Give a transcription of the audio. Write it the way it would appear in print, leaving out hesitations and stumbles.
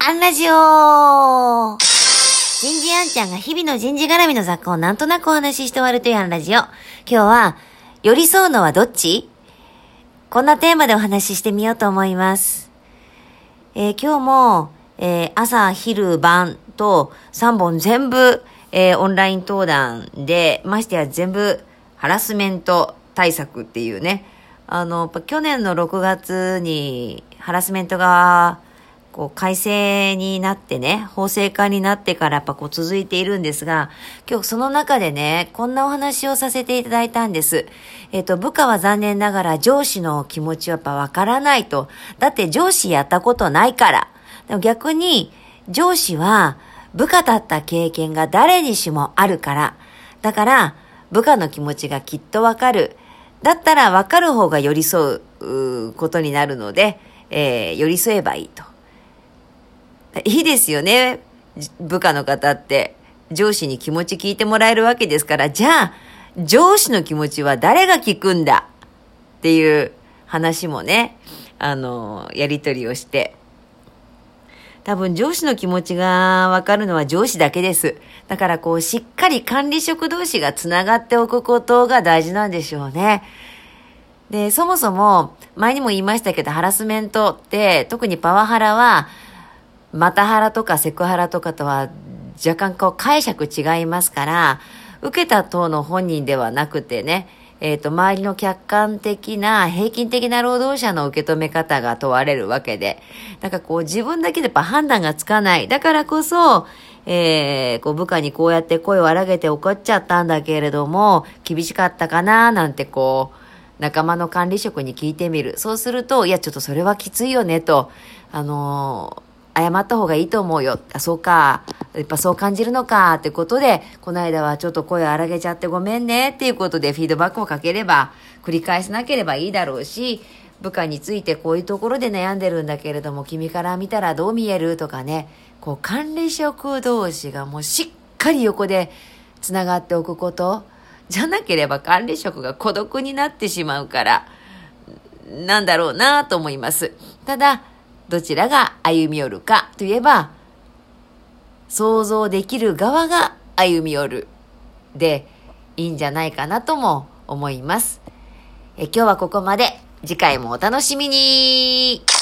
アンラジオ人事アンちゃんが日々の人事絡みの雑貨をなんとなくお話しして終わるというアンラジオ。今日は、寄り添うのはどっち？こんなテーマでお話ししてみようと思います。今日も、朝、昼、晩と3本全部、オンライン登壇で、ましてや全部ハラスメント対策っていうね、去年の6月にハラスメントが改正になってね、法制化になってから続いているんですが、今日その中でね、こんなお話をさせていただいたんです。部下は残念ながら上司の気持ちはわからないと。だって上司やったことないから。でも逆に上司は部下だった経験が誰にしもあるから。だから部下の気持ちがきっとわかる。だったらわかる方が寄り添うことになるので、寄り添えばいいと。いいですよね。部下の方って上司に気持ち聞いてもらえるわけですから、じゃあ上司の気持ちは誰が聞くんだっていう話もね、やり取りをして、多分上司の気持ちがわかるのは上司だけです。だからしっかり管理職同士がつながっておくことが大事なんでしょうね。で、そもそも前にも言いましたけど、ハラスメントって特にパワハラはマタハラとかセクハラとかとは若干解釈違いますから、受けた当の本人ではなくてね、周りの客観的な平均的な労働者の受け止め方が問われるわけで、自分だけで判断がつかない。だからこそ、部下にこうやって声を荒げて怒っちゃったんだけれども、厳しかったかななんて仲間の管理職に聞いてみる。そうすると、いやちょっとそれはきついよねと、謝った方がいいと思うよ。あ、そうか。やっぱそう感じるのかってことで、この間はちょっと声を荒げちゃってごめんねっていうことでフィードバックをかければ、繰り返さなければいいだろうし、部下についてこういうところで悩んでるんだけれども、君から見たらどう見えるとかね、管理職同士がもうしっかり横でつながっておくこと。じゃなければ管理職が孤独になってしまうから、なんだろうなと思います。ただ、どちらが歩み寄るかといえば、想像できる側が歩み寄るでいいんじゃないかなとも思います。今日はここまで。次回もお楽しみに。